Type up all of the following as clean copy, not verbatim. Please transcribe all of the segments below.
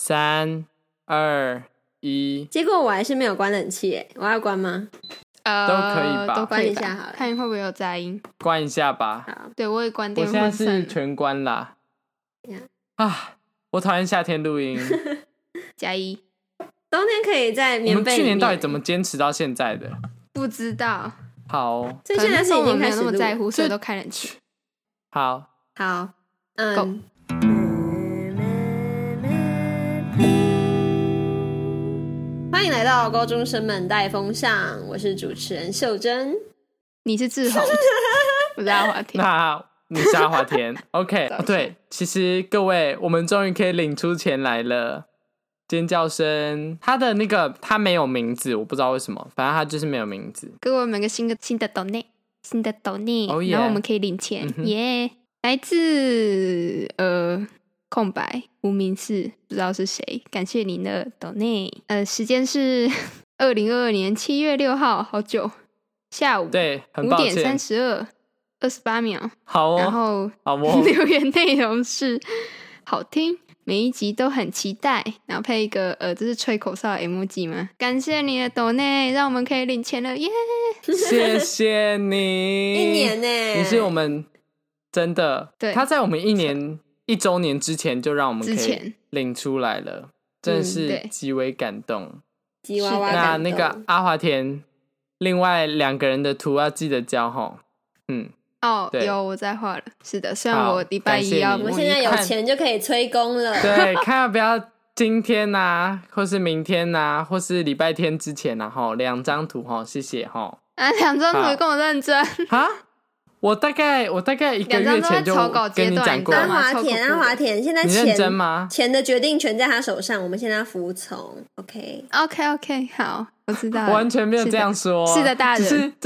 3、2、1， 结果我还是没有关冷气耶，我要关吗？ 都可以吧， 都可以吧， 关一下好了， 看会不会有杂音。 关一下吧。 好， 对，我也关电我现在风扇是全关啦。 Yeah. 啊，我讨厌夏天录音。 加一。 冬天可以在我棉被里面。 们去年到底怎么坚持到现在的？ 不知道， 好哦， 所以现在是已经开始可能那时候我没有那么在录。 乎，所以都开冷气。 好， 好，欢迎来到高中生们带风向，我是主持人秀珍。 你是志宏，我是阿华田。 那你是阿华田OK 对，其实各位，我们终于可以领出钱来了。尖叫声，他没有名字，我不知道为什么，反正他就是没有名字。 给我们个新的donate，新的 donate， Oh yeah 然后我们可以领钱，耶！来自空白无名氏，不知道是谁，感谢您的 donate。时间是2022年7月6号，好久，下午对，很 5 抱歉。 点32:28秒。 好哦， 然后好哦， 留言内容是好听。每一集都很期待，然后配一个这是吹口哨的 emoji 吗？感谢你的donate，让我们可以领钱了耶！ 谢谢你， 一年呢， 你是我们真的， 对他在我们1周年之前就让我们可以之前领出来了，真的是对极为感动。 吉娃娃那感动。 那个阿华田，另外2个人的图要记得交吼。 哦， 对有我在画了，是的，虽然好我礼拜一要感谢你我们现在有钱就可以催工了。 对，看要不要今天啊，或是明天啊，或是礼拜天之前啊，吼，2张图吼，谢谢吼。 啊，2张图好跟我认真， 哈，我大概1个月前就草稿阶段跟你讲过阿你知道吗华田，阿华田，现在你认真吗？ 钱的决定权在他手上，我们现在要服从。OK， OK， 好，我知道了， 完全没有这样说， 是的，大人， 只是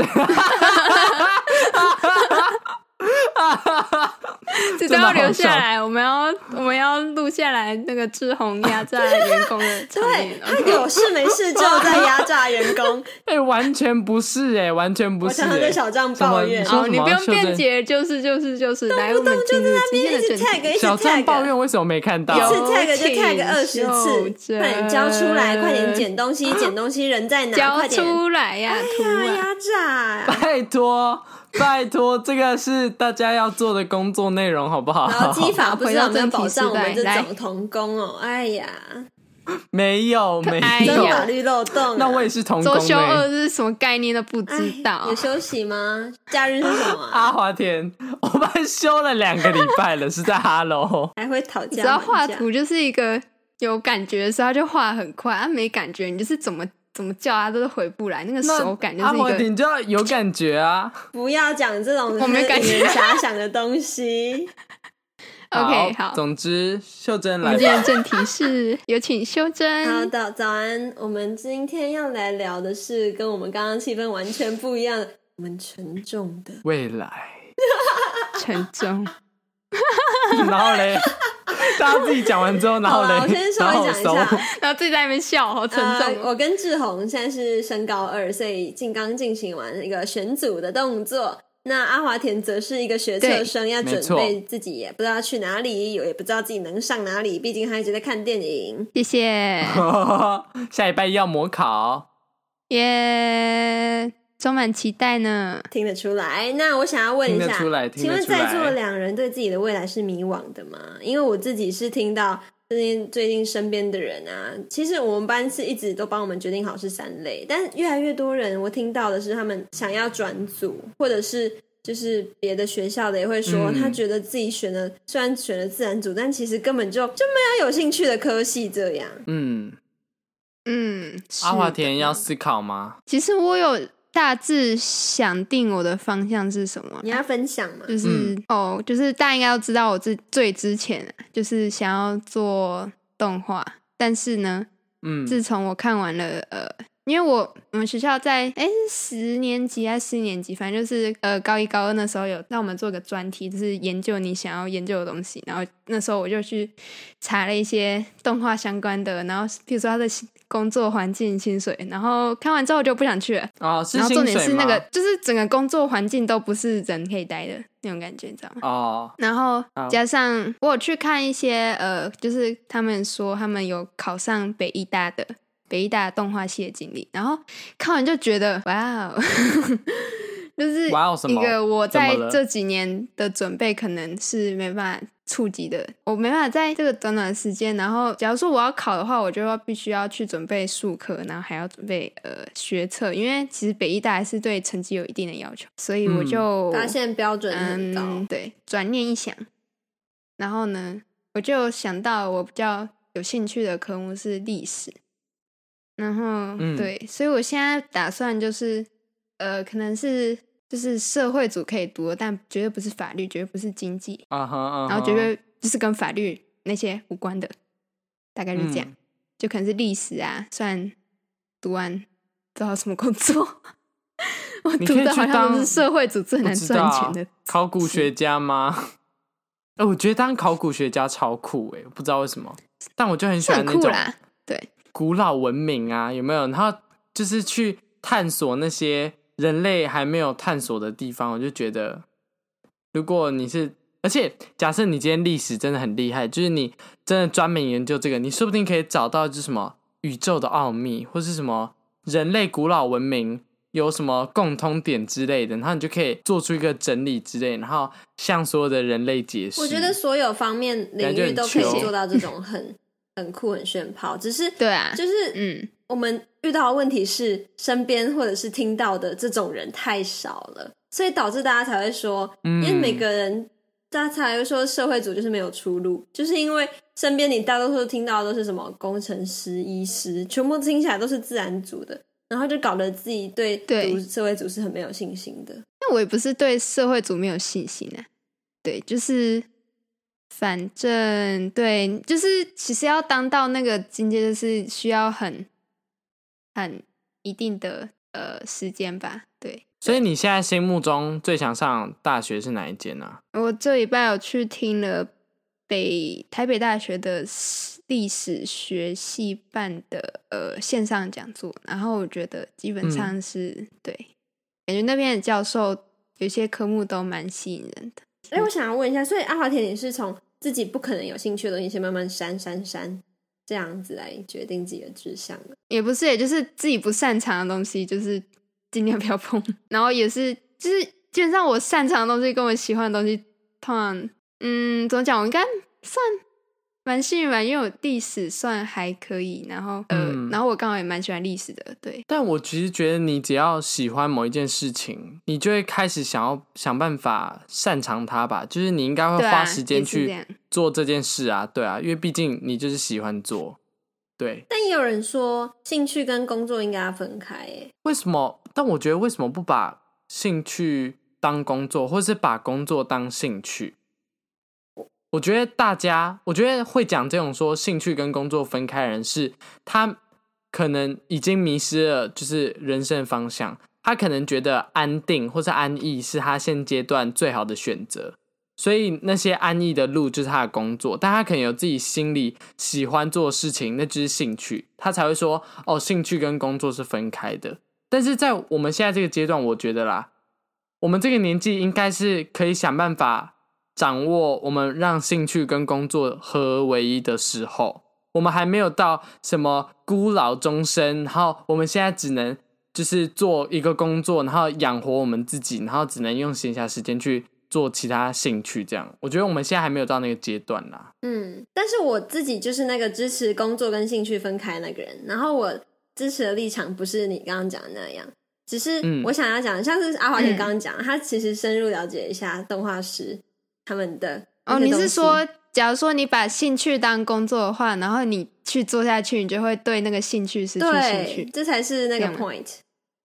这都要留下来，我们要录下来那个志宏压榨员工的场对面。 他有事没事就在压榨员工， 完全不是完全不是我常常对小张抱怨。 哦，你不用辩解，就是，来，我们进入今天的正题。 一直小张 tag 抱怨为什么没看到？ 一次 tag 就 tag 20次，快点交出来，快点捡东西，捡东西人在哪？ 交出来呀，图啊！ 压榨， 拜托，这个是大家要做的工作内容，好不好？ 然后基法不知道有没有保障我们这来种童工哦？哎呀， 没有， 哎呦真法律漏洞。 那我也是童工周休2是什么概念都不知道。 有休息吗？假日是什么？ 阿华田，我们休了2个礼拜了，是在哈喽， 还会讨价。 只要画图就是一个有感觉的时候，他就画很快；他没感觉，你就是怎么叫他都是回不来，那个手感就是一个。 阿华田就要有感觉啊！ 不要讲这种我没感觉引人遐想的东西。 OK， 好。 总之，秀珍来吧。 我们今天的正题是有请秀珍。 好的，早安。我们今天要来聊的是跟我们刚刚气氛完全不一样的，我们沉重的未来。 沉重。 然后嘞，大家自己讲完之后，然后嘞， 我先稍微讲一下， 然后自己在那边笑，好沉重。 我跟志宏现在是升高2，所以刚进行完一个选组的动作。那阿华田则是一个学测生，要准备自己也不知道去哪里，也不知道自己能上哪里，毕竟他一直在看电影。 谢谢。 下礼拜要模考， 耶，充满期待呢。 听得出来。那我想要问一下，请问在座2人对自己的未来是迷惘的吗？因为我自己是听到最近身边的人啊，其实我们班是一直都帮我们决定好是3类，但越来越多人我听到的是他们想要转组，或者是就是别的学校的也会说，他觉得自己虽然选了自然组，但其实根本就没有兴趣的科系这样。 阿华田要思考吗？ 其实我有大致想定我的方向是什么。 你要分享吗？ 就是就是大家应该都知道，我最之前就是想要做动画，但是呢，自从我看完了因为我们学校在10年级还是4年级，反正就是高1高2那时候有让我们做个专题，就是研究你想要研究的东西。然后那时候我就去查了一些动画相关的，然后譬如说他的工作环境、薪水，然后看完之后我就不想去了。 是薪水吗？ 然后重点是那个就是整个工作环境都不是人可以待的， 那种感觉，你知道吗？然后加上我有去看一些就是他们说他们有考上北艺大动画系的经历，然后看完就觉得哇哦就是一个我在这几年的准备可能是没办法触及的，我没办法在这个短短的时间，然后假如说我要考的话，我就必须要去准备术科，然后还要准备学测，因为其实北艺大还是对成绩有一定的要求，所以我就发现标准很高， 对，转念一想，然后呢我就想到我比较有兴趣的科目是历史，然后对，所以我现在打算就是可能是就是社会组可以读的，但绝对不是法律，绝对不是经济，然后绝对就是跟法律那些无关的，大概是这样，就可能是历史啊，虽然读完不知道什么工作我读的好像都是社会组最难赚钱的， 考古学家吗？我觉得当考古学家超酷耶，不知道为什么，但我就很喜欢那种对古老文明啊，有没有？然后就是去探索那些人类还没有探索的地方，我就觉得，如果你是，而且假设你今天历史真的很厉害，就是你真的专门研究这个，你说不定可以找到就是什么宇宙的奥秘，或是什么人类古老文明有什么共通点之类的，然后你就可以做出一个整理之类，然后向所有的人类解释。 我觉得所有方面领域都可以做到这种很酷很炫炮，只是对啊， 就是我们遇到的问题是身边或者是听到的这种人太少了，所以导致大家才会说，因为每个人大家才会说社会组就是没有出路，就是因为身边你大多数听到的都是什么工程师、医师，全部听起来都是自然组的，然后就搞得自己对读社会组是很没有信心的。 那我也不是对社会组没有信心啊，对，就是反正对，就是其实要当到那个境界，就是需要很一定的时间吧，对。 所以你现在心目中最想上大学是哪一间呢？ 我这礼拜有去听了台北大学的历史学系办的线上讲座，然后我觉得基本上是对，感觉那边的教授有些科目都蛮吸引人的。 我想要问一下，所以阿华田你是从自己不可能有兴趣的东西先慢慢删这样子来决定自己的志向的？ 也不是，也就是自己不擅长的东西就是尽量不要碰，然后也是就是基本上我擅长的东西跟我喜欢的东西通常怎么讲，我应该算蛮幸运吧，因为我历史算还可以，然后然后我刚好也蛮喜欢历史的，对。 但我其实觉得你只要喜欢某一件事情，你就会开始想办法擅长它吧，就是你应该会花时间去做这件事啊，对啊，因为毕竟你就是喜欢做，对。 但也有人说兴趣跟工作应该要分开耶， 为什么？但我觉得为什么不把兴趣当工作，或是把工作当兴趣？我觉得会讲这种说兴趣跟工作分开的人，是他可能已经迷失了就是人生方向，他可能觉得安定或是安逸是他现阶段最好的选择，所以那些安逸的路就是他的工作，但他可能有自己心里喜欢做的事情，那就是兴趣，他才会说兴趣跟工作是分开的。但是在我们现在这个阶段，我觉得啦，我们这个年纪应该是可以想办法掌握我们让兴趣跟工作合而为一的时候，我们还没有到什么孤老终生，然后我们现在只能就是做一个工作，然后养活我们自己，然后只能用闲暇时间去做其他兴趣，这样我觉得我们现在还没有到那个阶段啦。 但是我自己就是那个支持工作跟兴趣分开那个人，然后我支持的立场不是你刚刚讲的那样，只是我想要讲像是阿华田刚刚讲他其实深入了解一下动画师他们的你是说假如说你把兴趣当工作的话，然后你去做下去，你就会对那个兴趣失去兴趣， 对，这才是那个 point。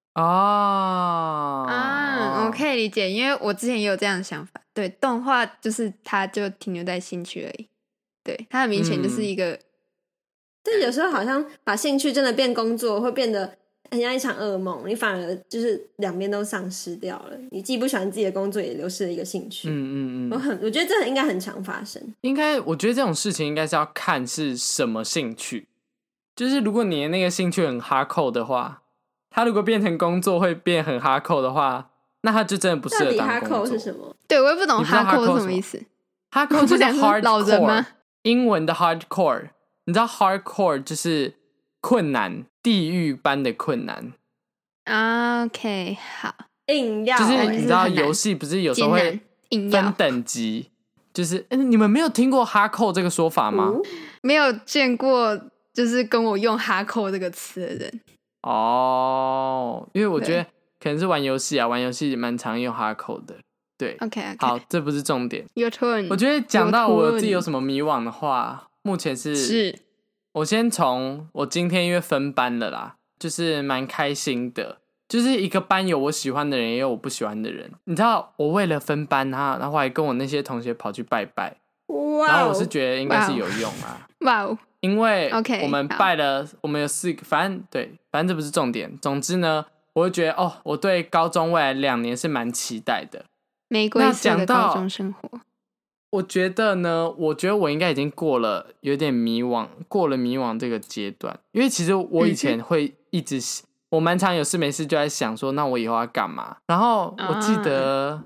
我可以理解，因为我之前也有这样的想法。对，动画就是它就停留在兴趣而已，对，它很明显就是一个对，有时候好像把兴趣真的变工作会变得很像一场噩梦，你反而就是两边都丧失掉了，你既不喜欢自己的工作，也流失了一个兴趣。我觉得这应该很常发生。 我觉得这种事情应该是要看是什么兴趣，就是如果你的那个兴趣很哈扣的话，它如果变成工作会变很哈扣的话， 那他就真的不适合当工作。 到底 hardcore 是什么？ 对，我也不懂 hardcore 是什么意思。 hardcore 就是 hardcore 老人吗？ 英文的 hardcore， 你知道 hardcore 就是困难，地狱般的困难。 OK， 好。 硬要就是你知道游戏不是有时候会分等级，就是你们没有听过 hardcore 这个说法吗？ 没有见过，就是跟我用 hardcore 这个词的人。 因为我觉得可能是玩游戏玩游戏蛮常用 hardcore 的。对 ，OK， 好，这不是重点。 Your turn。 我觉得讲到我自己有什么迷惘的话，目前是我先从我今天因为分班了啦，就是蛮开心的，就是一个班有我喜欢的人，也有我不喜欢的人。你知道，我为了分班然后还跟我那些同学跑去拜拜，然后我是觉得应该是有用啊。 哇哦！ 因为我们拜了，我们有4个，反正这不是重点。总之呢，我会觉得我对高中未来2年是蛮期待的。 玫瑰色的高中生活， 我觉得我应该已经过了有点迷惘，过了迷惘这个阶段。因为其实我以前会一直，我蛮常有事没事就在想说，那我以后要干嘛？然后我记得，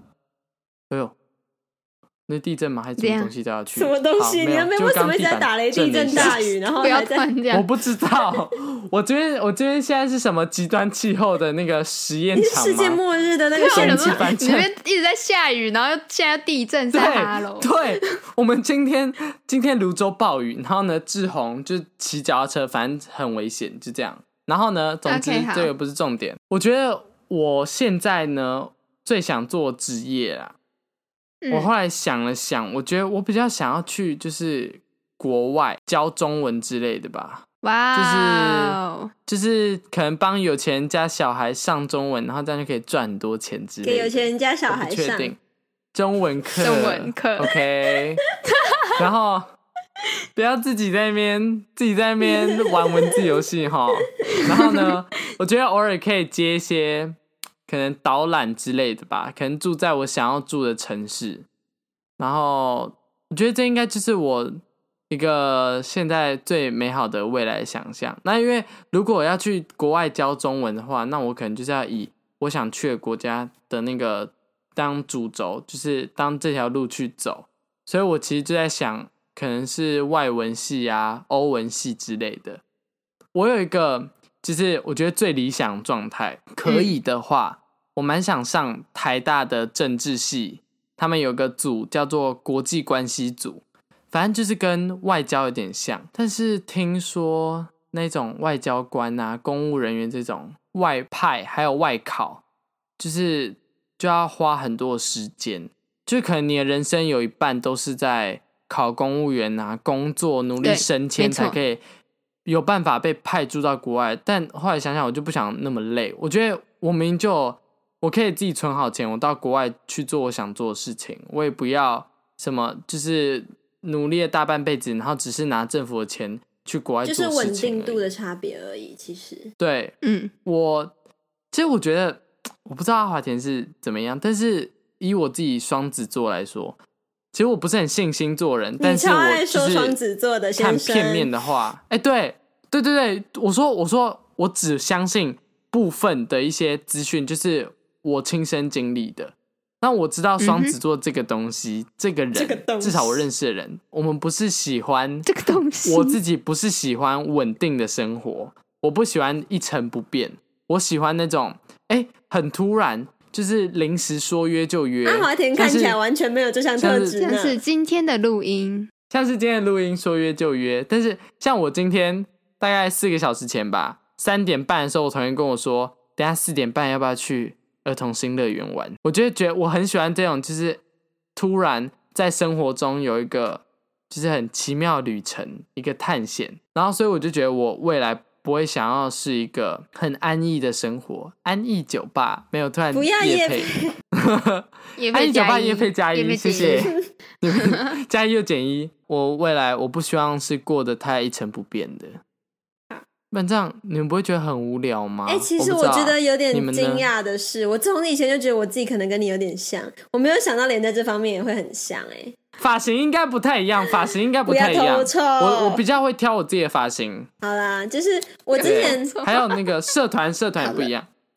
那地震吗？还是什么东西掉下去？ 什么东西？你那边为什么一直在打雷、地震、大雨？然后还在我不知道。我这边现在是什么极端气候的那个实验场吗？ 世界末日的那个天气反正你那边一直在下雨，然后现在地震在哈喽。 对，我们今天泸州暴雨，然后呢，志宏就骑脚踏车，反正很危险，就这样。然后呢，总之这个不是重点。我觉得我现在呢最想做职业啦。我后来想了想，我觉得我比较想要去就是国外教中文之类的吧。 哇， 就是可能帮有钱人家小孩上中文，然后这样就可以赚很多钱之类的。 给有钱人家小孩上， 我不确定中文课 OK 然后不要自己在那边玩文字游戏齁。然后呢，我觉得偶尔可以接一些可能导览之类的吧，可能住在我想要住的城市。然后我觉得这应该就是我一个现在最美好的未来想象。那因为如果我要去国外教中文的话，那我可能就是要以我想去的国家的那个当主轴，就是当这条路去走。所以我其实就在想，可能是外文系欧文系之类的。我有一个就是我觉得最理想状态，可以的话我蛮想上台大的政治系，他们有个组叫做国际关系组，反正就是跟外交有点像。但是听说那种外交官公务人员这种外派还有外考，就要花很多时间，就可能你的人生有一半都是在考公务员工作努力升迁才可以有办法被派驻到国外。但后来想想，我就不想那么累。我觉得我明明就我可以自己存好钱，我到国外去做我想做的事情，我也不要什么就是努力了大半辈子，然后只是拿政府的钱去国外做事情， 就是稳定度的差别而已。其实对，其实我觉得我不知道阿华田是怎么样，但是以我自己双子座来说，其实我不是很信星座人，但是我就是双子座的先生看片面的话，对，我说我只相信部分的一些资讯，就是我亲身经历的。那我知道双子座这个东西，这个人至少我认识的人，我们不是喜欢这个东西。 我自己不是喜欢稳定的生活，我不喜欢一成不变，我喜欢那种很突然，就是临时说约就约。 阿华田看起来完全没有这项特质呢。 像是今天的录音说约就约。但是像我今天大概4个小时前吧，3点半的时候，我同学跟我说，等一下4点半要不要去儿童新乐园玩？我就觉得我很喜欢这种，就是突然在生活中有一个就是很奇妙的旅程，一个探险。然后所以我就觉得我未来不会想要是一个很安逸的生活。安逸酒吧没有，突然不要业配安逸酒吧业配加1，谢谢加1又减1。我未来我不希望是过得太一成不变的。不然这样你们不会觉得很无聊吗？ 其实我觉得有点惊讶的是，我从以前就觉得我自己可能跟你有点像，我没有想到连在这方面也会很像。 发型应该不太一样， 不要偷臭。 我比较会挑我自己的发型。 好啦，就是我之前还有那个社团也不一样。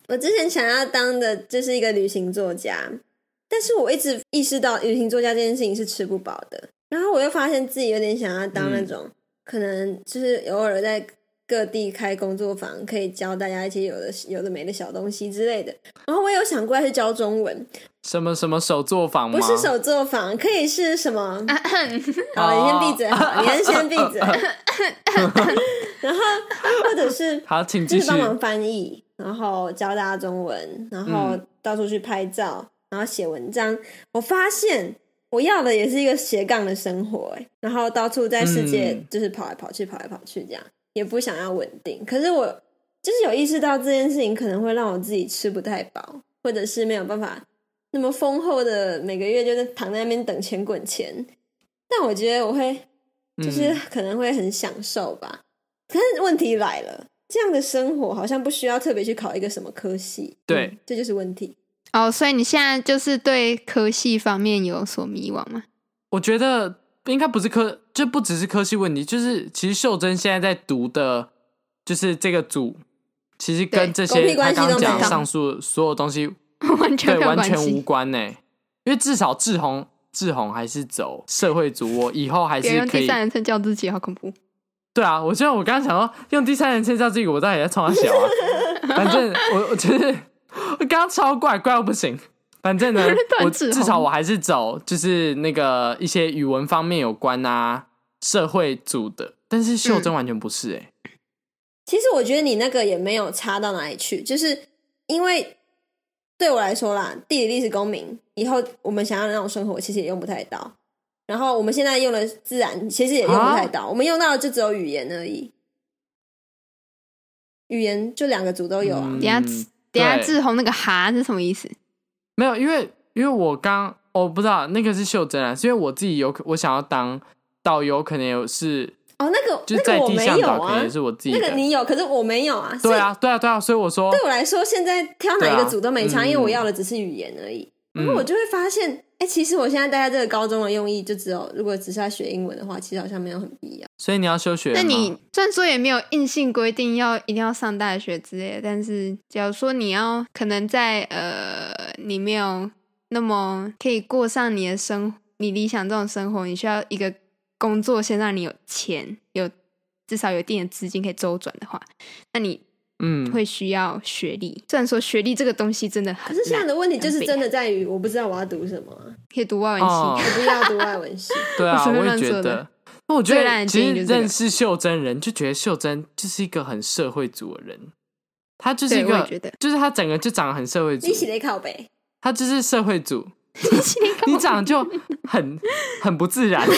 我之前想要当的就是一个旅行作家，但是我一直意识到旅行作家这件事情是吃不饱的，然后我又发现自己有点想要当那种可能就是偶尔在各地开工作坊，可以教大家一些有的没的小东西之类的。然后我有想过要去教中文， 什么手作坊吗？ 不是手作坊，可以是什么？好了，你先闭嘴，好，你先闭嘴。然后或者是好，请继续， 就是帮忙翻译，然后教大家中文，然后到处去拍照，然后写文章。我发现我要的也是一个斜杠的生活，然后到处在世界就是跑来跑去这样。也不想要稳定，可是我就是有意识到这件事情可能会让我自己吃不太饱，或者是没有办法那么丰厚的每个月就是躺在那边等钱滚钱。但我觉得我会就是可能会很享受吧。可是问题来了，这样的生活好像不需要特别去考一个什么科系， 对， 这就是问题。 哦，所以你现在就是对科系方面有所迷惘吗？ 我觉得应该不是就不只是科系问题，就是其实秀珍现在在读的，就是这个组，其实跟这些他刚讲上述所有东西完全无关呢。因为至少志宏还是走社会组，我以后还是可以。别用第三人称叫自己，好恐怖。 对啊，我觉得我刚刚想说用第三人称叫自己，我到底在冲他小啊？反正我觉得我刚刚超怪到不行。反正呢，我至少我还是走就是那个一些语文方面有关啊，社会组的。但是秀珍完全不是其实我觉得你那个也没有差到哪里去，就是因为对我来说啦，地理、历史、公民以后我们想要的那种生活其实也用不太到，然后我们现在用的自然其实也用不太到，我们用到的就只有语言而已。语言就2个组都有啊。 等下志宏那个哈是什么意思？ 没有，因为我不知道那个是秀珍啊，是因为我自己我想要当导游，可能有是那个就是在地向导，可能也是我自己的。 那个你有，可是我没有啊。 对啊，所以我说， 对我来说，现在挑哪一个组都没差，因为我要的只是语言而已。然后我就会发现，其实我现在待在这个高中的用意，就只有如果只是要学英文的话，其实好像没有很必要。 所以你要休学吗？ 那你虽然说也没有硬性规定一定要上大学之类的，但是假如说你要可能在你没有那么可以过上你理想这种生活，你需要一个工作先让你有钱，至少有一定的资金可以周转的话，那你会需要学历。虽然说学历这个东西真的很， 可是现在的问题就是真的在于我不知道我要读什么， 可以读外文系， 我不要读外文系。 对啊，我也觉得。我觉得其实认识秀珍人就觉得秀珍就是一个很社会组的人，他就是一个，就是他整个就长得很社会组。 你写的靠北， 他就是社会组，你长得就很不自然。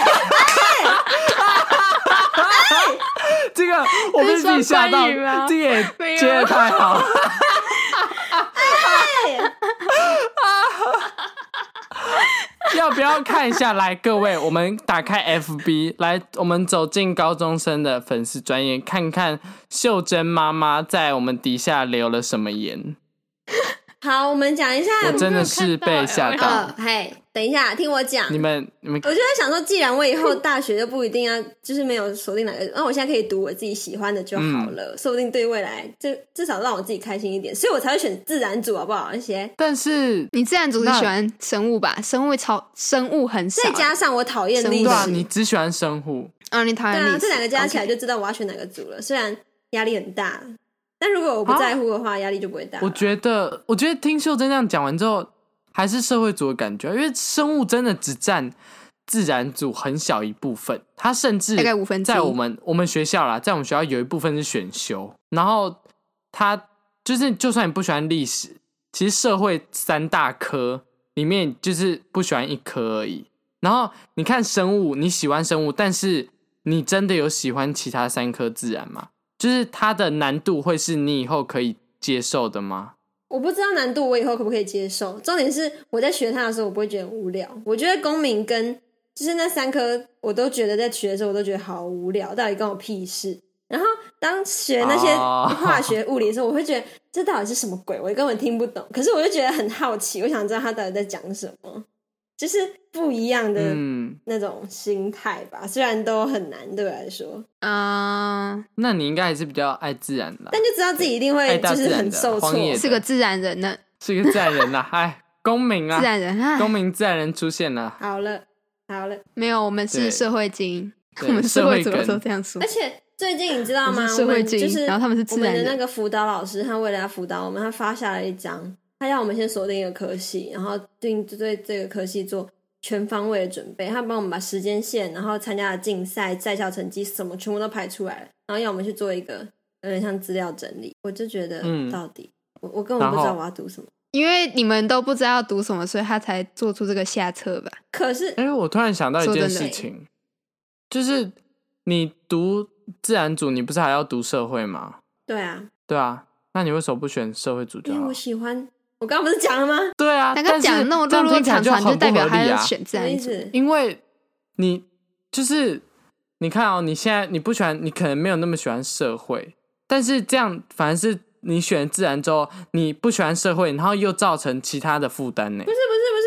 这个我被自己吓到，这个也接得太好。要不要看一下？来，各位，我们打开 FB， 来，我们走进高中生的粉丝专页，看看秀珍妈妈在我们底下留了什么言。 好，我们讲一下。 我真的是被吓到。 等一下，听我讲。 你们， 我就在想说，既然我以后大学就不一定要，就是没有锁定哪个，那我现在可以读我自己喜欢的就好了。说不定对未来，就至少让我自己开心一点，所以我才会选自然组，好不好？那些。 但是你自然组是喜欢生物吧？生物很少， 再加上我讨厌历史。 对啊，你只喜欢生物。 你讨厌历史。 对啊，这2个加起来就知道我要选哪个组了。虽然压力很大。但如果我不在乎的话，压力就不会大。 我觉得听秀珍这样讲完之后，还是社会组的感觉，因为生物真的只占自然组很小一部分，它甚至大概1/5 在我们学校啦，在我们学校有一部分是选修，然后它就是就算你不喜欢历史，其实社会3大科里面就是不喜欢1科而已。然后你看生物，你喜欢生物，但是你真的有喜欢其他3科自然吗？就是它的难度会是你以后可以接受的吗？ 我不知道难度我以后可不可以接受，重点是我在学它的时候我不会觉得很无聊。我觉得公民跟就是那3科我都觉得在学的时候我都觉得好无聊，到底跟我屁事。然后当学那些化学物理的时候，我会觉得这到底是什么鬼，我根本听不懂，可是我就觉得很好奇，我想知道他到底在讲什么。 就是不一样的那种心态吧。虽然都很难对我来说， 那你应该还是比较爱自然的， 但就知道自己一定会就是很受挫， 是个自然人呢， 是个自然人呐，哎，公民啊， 自然人， 公民自然人出现了。 好了， 没有，我们是社会精英，我们社会主义都这样说。 而且最近你知道吗？ 社会精英， 就是然后他们是自然人。 我们的那个辅导老师，他为了要辅导我们，他发下了一张，他要我们先锁定一个科系，然后对这个科系做全方位的准备。他帮我们把时间线，然后参加的竞赛、在校成绩什么全部都排出来了，然后要我们去做一个有点像资料整理。我就觉得，到底我根本不知道我要读什么。 因为你们都不知道要读什么，所以他才做出这个下册吧。 可是， 我突然想到一件事情，就是你读自然组，你不是还要读社会吗？ 对啊， 那你为什么不选社会组就好？ 因为我喜欢。我刚刚不是讲了吗？ 对啊， 但是讲那么落落长长，就代表他要选自然组。 因为你就是你看哦，你现在你不喜欢，你可能没有那么喜欢社会，但是这样反而是你选自然之后，你不喜欢社会，然后又造成其他的负担呢？ 不是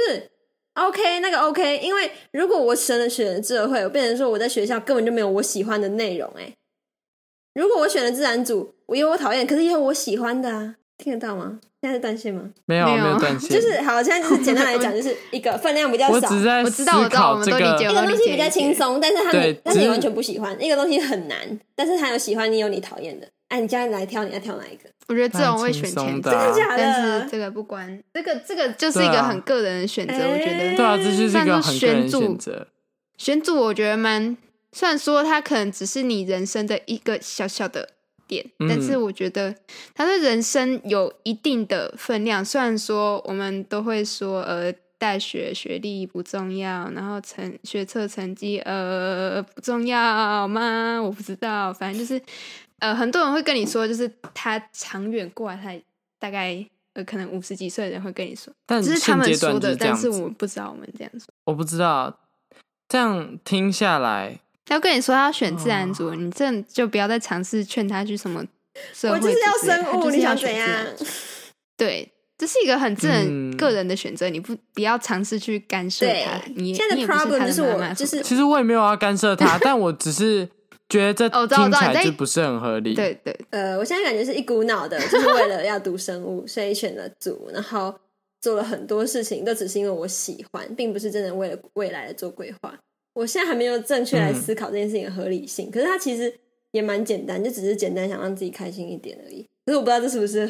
OK， 那个 OK， 因为如果我选了社会，我变成说我在学校根本就没有我喜欢的内容如果我选了自然组，我有我讨厌，可是也有我喜欢的啊，听得到吗？现在是断线吗？ 没有断线。 就是好，现在就是简单来讲，就是一个分量比较少。 我知道， 我们都理解。 一个东西比较轻松，但是你完全不喜欢；一个东西很难，但是他有喜欢，你有你讨厌的。你现在来挑，你要挑哪一个？ 我觉得这种会选前者， 真的假的？ 但是这个不关，这个就是一个很个人的选择。我觉得对啊，这就是一个很个人的选择。 选组我觉得虽然说它可能只是你人生的一个小小的点，但是我觉得它对人生有一定的分量。虽然说我们都会说大学学历不重要，然后学测成绩不重要吗？我不知道，反正就是很多人会跟你说，就是他长远过来，他大概可能50几岁的人会跟你说， 但只是他们说的， 但是我不知道我们这样说。 我不知道，这样听下来， 要跟你说他要选自然组，你这就不要再尝试劝他去什么社会组。 我就是要生物，你想怎样？ 对，这是一个很个人的选择，你不要尝试去干涉他。 现在的 problem 就是我就是其实我也没有要干涉他，但我只是觉得这听起来就不是很合理。 对， 我现在感觉是一股脑的，就是为了要读生物，所以选了组，然后做了很多事情，都只是因为我喜欢，并不是真的为了未来的做规划。我现在还没有正确来思考这件事情的合理性，可是它其实也蛮简单，就只是简单想让自己开心一点而已。可是我不知道这是不是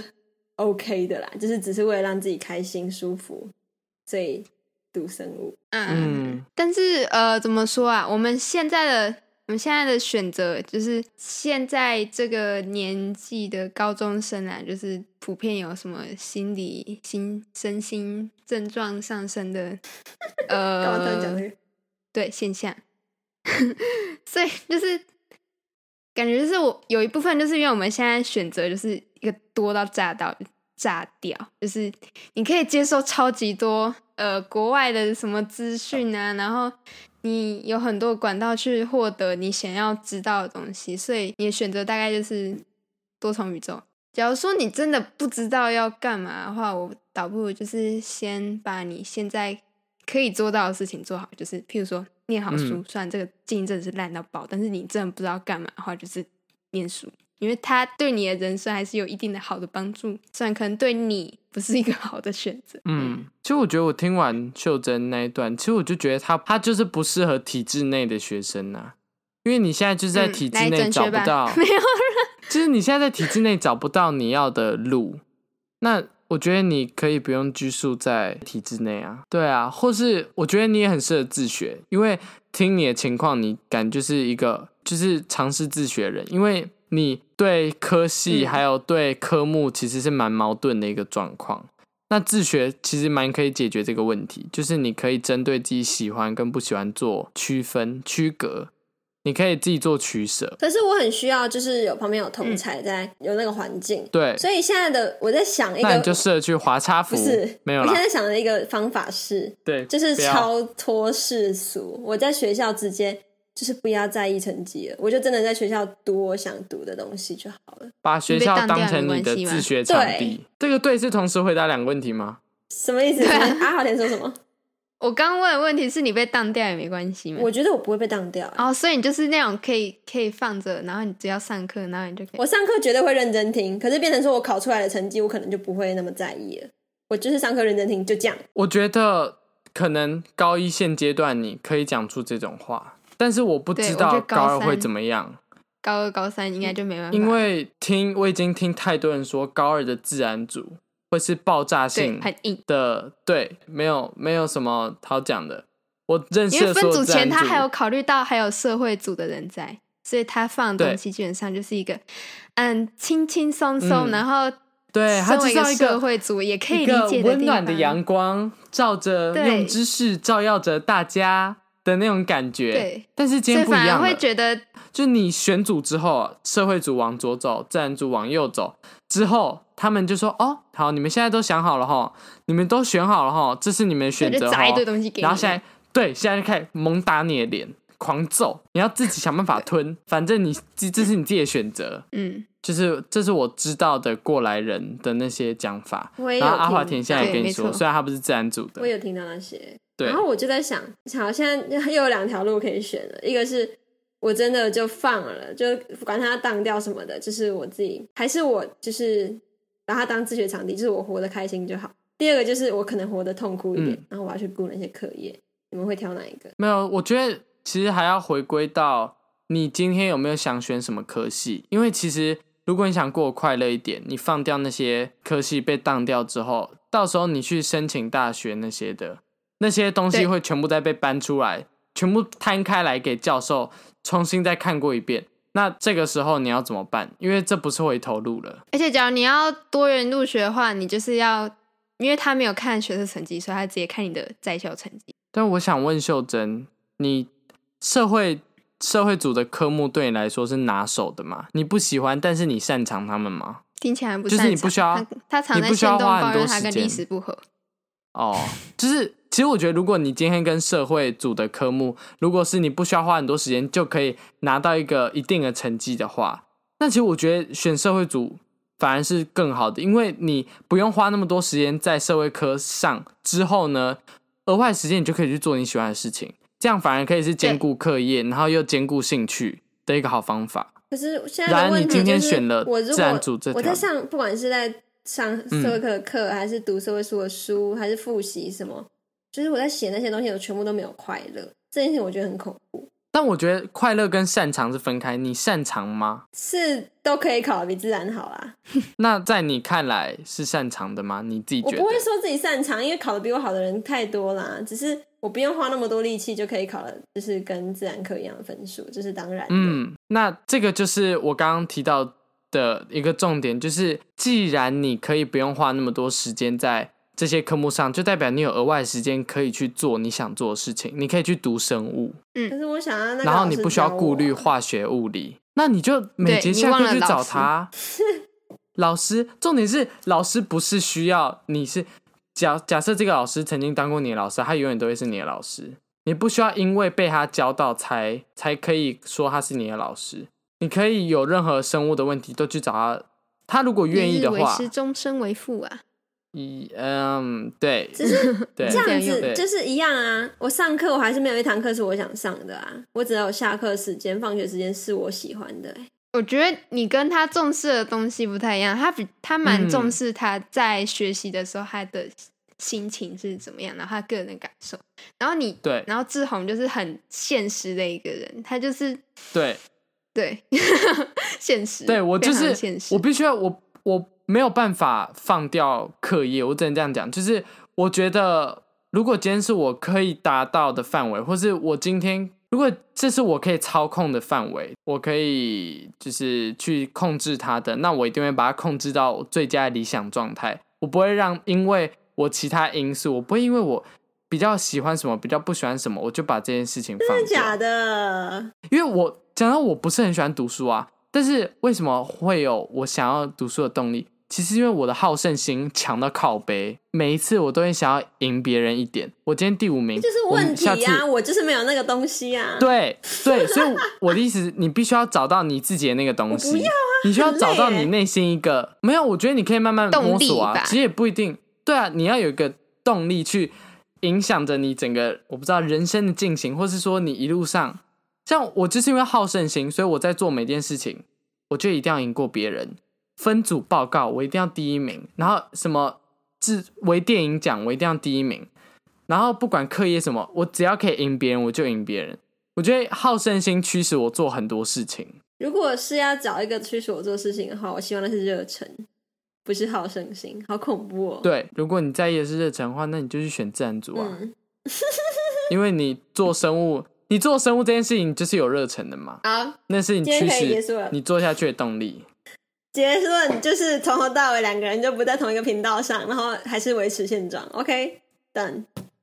OK 的啦，就是只是为了让自己开心舒服，所以读生物。 但是怎么说啊？我们现在的选择，就是现在这个年纪的高中生啊，就是普遍有什么身心症状上升的干嘛突然讲这个？ 对现象，所以就是感觉就是我有一部分就是因为我们现在选择就是一个多到炸掉，就是你可以接受超级多国外的什么资讯啊，然后你有很多管道去获得你想要知道的东西，所以你的选择大概就是多重宇宙。假如说你真的不知道要干嘛的话，我倒不如就是先把你现在可以做到的事情做好，就是譬如说念好书，虽然这个竞争是烂到爆，但是你真的不知道干嘛的话，就是念书，因为它对你的人生还是有一定的好的帮助，虽然可能对你不是一个好的选择。 其实我觉得我听完秀珍那一段，其实我就觉得他就是不适合体制内的学生啊，因为你现在就是在体制内找不到， 没有， 就是你现在在体制内找不到你要的路，那我觉得你可以不用拘束在体制内啊，对啊，或是我觉得你也很适合自学，因为听你的情况，你感觉就是一个就是尝试自学的人，因为你对科系还有对科目其实是蛮矛盾的一个状况。那自学其实蛮可以解决这个问题，就是你可以针对自己喜欢跟不喜欢做区分区隔，你可以自己做取舍。 可是我很需要就是有旁边有同侪在有那个环境， 对， 所以现在的我在想一个， 那你就适合去滑叉服， 不是没有啦， 我现在想的一个方法是， 对， 就是超脱世俗，我在学校直接就是不要在意成绩了，我就真的在学校读我想读的东西就好了， 把学校当成你的自学场地。这个对是同时回答2个问题吗？ 什么意思？阿豪田说什么？ 我刚问的问题是你被当掉也没关系吗？ 我觉得我不会被当掉。 所以你就是那种可以放着，然后你只要上课，然后你就可以。 我上课绝对会认真听，可是变成说我考出来的成绩，我可能就不会那么在意了。我就是上课认真听，就这样。 我觉得可能高一现阶段你可以讲出这种话，但是我不知道高二会怎么样。 高二、高三应该就没办法， 因为我已经听太多人说高二的自然组会是爆炸性的， 很硬的，对，没有什么好讲的。我认识的因为分组前他还有考虑到还有社会组的人在，所以他放的东西基本上就是一个轻轻松松，然后对，他就是要一个社会组也可以理解的温暖的阳光照着，用知识照耀着大家的那种感觉。 对， 但是今天不一样了， 会觉得就你选组之后，社会组往左走，自然组往右走之后，他们就说好，你们现在都想好了齁，你们都选好了齁，这是你们的选择齁， 就砸一堆东西给你， 然后现在就开始猛打你的脸，狂揍，你要自己想办法吞，反正这是你自己的选择。就是这是我知道的过来人的那些讲法。然后阿华田现在也跟你说，虽然他不是自然组的， 我有听到那些。 对， 然后我就在想，好，现在又有2条路可以选了，一个是我真的就放了，就管他当掉什么的，就是我自己，还是我就是把它当自学场地，就是我活得开心就好。第二个就是我可能活得痛苦一点，然后我要去顾那些课业。你们会挑哪一个？ 没有，我觉得其实还要回归到你今天有没有想选什么科系，因为其实如果你想过快乐一点，你放掉那些科系被当掉之后，到时候你去申请大学那些的那些东西会全部再被搬出来，全部摊开来给教授重新再看过一遍。那这个时候你要怎么办？因为这不是回头路了。 而且假如你要多元入学的话，你就是要，因为他没有看学测成绩，所以他直接看你的在校成绩。 但我想问秀珍，你社会组的科目对你来说是拿手的吗？你不喜欢，但是你擅长他们吗？ 听起来不擅长， 就是你不需要， 他常在限动抱怨他跟历史不合。 就是其实我觉得，如果你今天跟社会组的科目，如果是你不需要花很多时间就可以拿到一个一定的成绩的话，那其实我觉得选社会组反而是更好的，因为你不用花那么多时间在社会科上，之后呢，额外时间你就可以去做你喜欢的事情，这样反而可以是兼顾课业，然后又兼顾兴趣的一个好方法。 可是现在的问题就是， 然而你今天选了自然组这条， 我在上，不管是在上社会课的课，还是读社会书的书，还是复习什么，就是我在写那些东西，我全部都没有快乐。这件事情我觉得很恐怖。 但我觉得快乐跟擅长是分开，你擅长吗？ 是都可以考得比自然好啦。 那在你看来是擅长的吗？你自己觉得？ 我不会说自己擅长，因为考得比我好的人太多啦。只是我不用花那么多力气就可以考了，就是跟自然课一样的分数，这是当然的。 那这个就是我刚刚提到的一个重点，就是既然你可以不用花那么多时间在这些科目上，就代表你有额外的时间可以去做你想做的事情。你可以去读生物， 可是我想要那个， 然后你不需要顾虑化学物理，那你就每节下课去找他。老师，重点是老师不是需要你是假设这个老师曾经当过你的老师，他永远都会是你的老师。你不需要因为被他教到才可以说他是你的老师。你可以有任何生物的问题都去找他，他如果愿意的话。 一日为师，终身为父啊。 对， 只是这样子就是一样啊。我上课我还是没有一堂课是我想上的啊，我只有下课时间、放学时间是我喜欢的。 我觉得你跟他重视的东西不太一样，他蛮重视他在学习的时候他的心情是怎么样，然后他个人的感受。然后对， 然后志宏就是很现实的一个人，他就是对现实。 对，我就是我必须要我没有办法放掉课业，我只能这样讲。就是我觉得，如果今天是我可以达到的范围，或是我今天如果这是我可以操控的范围，我可以就是去控制它的，那我一定会把它控制到最佳的理想状态。我不会因为我其他因素，我不会因为我比较喜欢什么，比较不喜欢什么，我就把这件事情放掉。 真的假的？ 因为我讲到我不是很喜欢读书啊，但是为什么会有我想要读书的动力？其实因为我的好胜心强到靠背，每一次我都会想要赢别人一点。我今天第5名， 这就是问题啊！我就是没有那个东西啊。 对，所以我的意思，你必须要找到你自己的那个东西。 我不要啊！ 你需要找到你内心一个没有，我觉得你可以慢慢摸索啊。其实也不一定，对啊，你要有一个动力去影响着你整个我不知道人生的进行，或是说你一路上，像我就是因为好胜心，所以我在做每件事情我就一定要赢过别人，分组报告我一定要第一名，然后什么微电影奖我一定要第一名，然后不管课业什么，我只要可以赢别人我就赢别人。我觉得好胜心驱使我做很多事情。 如果是要找一个驱使我做事情的话，我希望那是热忱，不是好胜心。好恐怖哦。 对，如果你在意的是热忱的话，那你就去选自然组啊。因为你做生物这件事情就是有热忱的嘛。 好， 那是你驱使你做下去的动力。 结论就是从头到尾两个人就不在同一个频道上，然后还是维持现状。OK， done。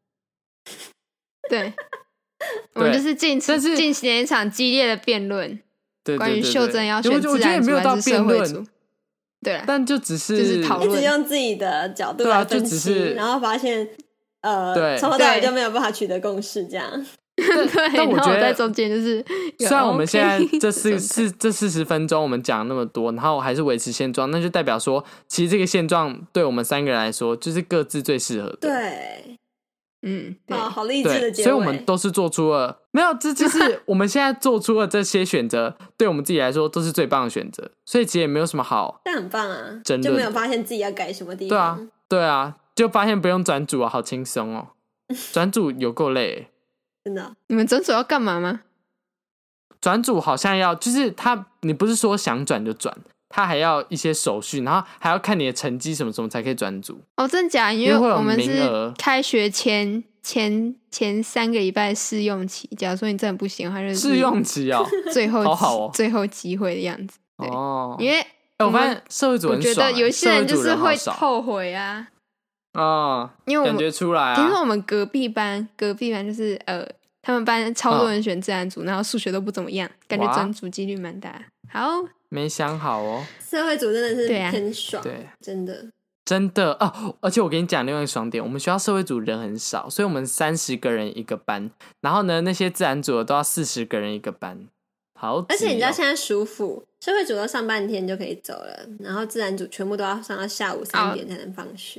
对，我们就是进行一场激烈的辩论，关于秀珍要选自然组还是社会组。对， 但就只是讨论，一直用自己的角度来分析，然后发现从头到尾就没有办法取得共识，这样。 对，但我觉得在中间就是虽然我们现在这40分钟我们讲那么多，然后还是维持现状，那就代表说其实这个现状对我们3个人来说就是各自最适合的。 对，好励志的结尾。 所以我们都是做出了没有，这就是我们现在做出了这些选择，对我们自己来说都是最棒的选择，所以其实也没有什么好。 但很棒啊，就没有发现自己要改什么地方。对啊，就发现不用转组啊，好轻松哦。转组有够累。 真的？ 你们转组要干嘛吗？ 转组好像要，就是你不是说想转就转，他还要一些手续，然后还要看你的成绩什么什么才可以转组。 哦，真的假的？因为我们是开学前3个礼拜试用期，假如说你真的不行的话，就是试用期哦， 最后好哦， 最后机会的样子。哦，因为我发现社会组很爽， 我觉得有些人就是会后悔啊。 哦，因为感觉出来啊。 听说我们隔壁班就是他们班超多人选自然组，然后数学都不怎么样，感觉转组几率蛮大。好， 没想好哦。 社会组真的是偏爽， 对， 真的哦。而且我跟你讲另外一个爽点，我们学校社会组人很少，所以我们30个人一个班，然后呢那些自然组的都要40个人一个班。好挤哦， 而且你知道现在暑辅社会组都上半天就可以走了，然后自然组全部都要上到下午3点才能放学。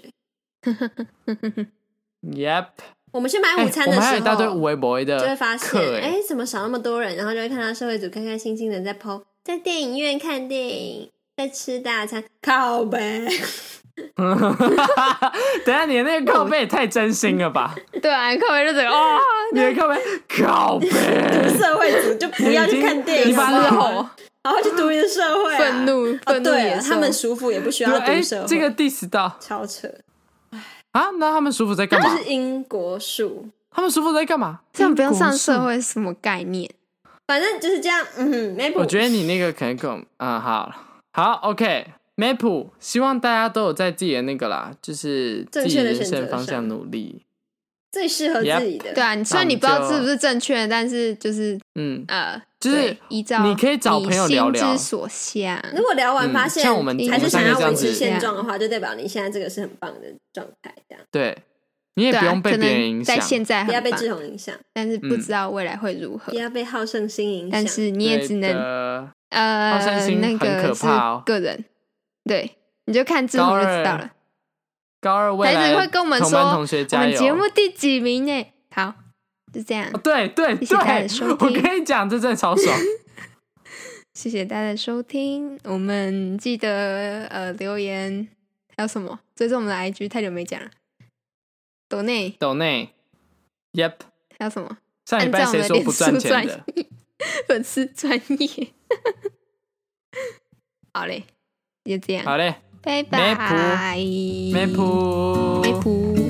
Yep， 我们去买午餐的时候， 我们还有一大堆微博的就会发现，怎么少那么多人？然后就会看到社会组开开心心的在 po， 在电影院看电影，在吃大餐，靠北。 等一下，你的那个靠北也太真心了吧？ 对啊，靠北就整个哇， 你的靠北， 社会组就不要去看电影， 你把那吼。 然后去读你的社会、 愤怒对啊，他们暑辅也不需要读社会， 这个 diss 到超扯啊！那他们暑辅在干嘛？ 那是英国术， 他们暑辅在干嘛？ 这样不用上社会是什么概念？ 反正就是这样。 我觉得你那个可能更好 OK。Maple 希望大家都有在自己的那个啦，就是自己人生方向努力。 最适合自己的， 对啊，虽然你不知道是不是正确的，但是就是就是依照你可以找朋友聊聊， 心之所向。 如果聊完发现像我们还是想要维持现状的话，就代表你现在这个是很棒的状态，这样。 对，你也不用被别人影响， 在现在不要被志宏影响， 但是不知道未来会如何， 不要被好胜心影响， 但是你也只能好胜心很可怕哦， 个人，对，你就看志宏就知道了。 高2未来孩子会跟我们说，我们节目第几名呢？好，就这样。 对，谢谢大家的收听。我跟你讲，这真的超爽。 谢谢大家的收听，我们记得留言，还有什么？追踪我们的 IG， 太久没讲了。抖内 ，Yep。还有什么？ 上礼拜谁说不赚钱的？ 粉丝专业。好嘞，就这样。 好嘞。 拜拜， 梅普。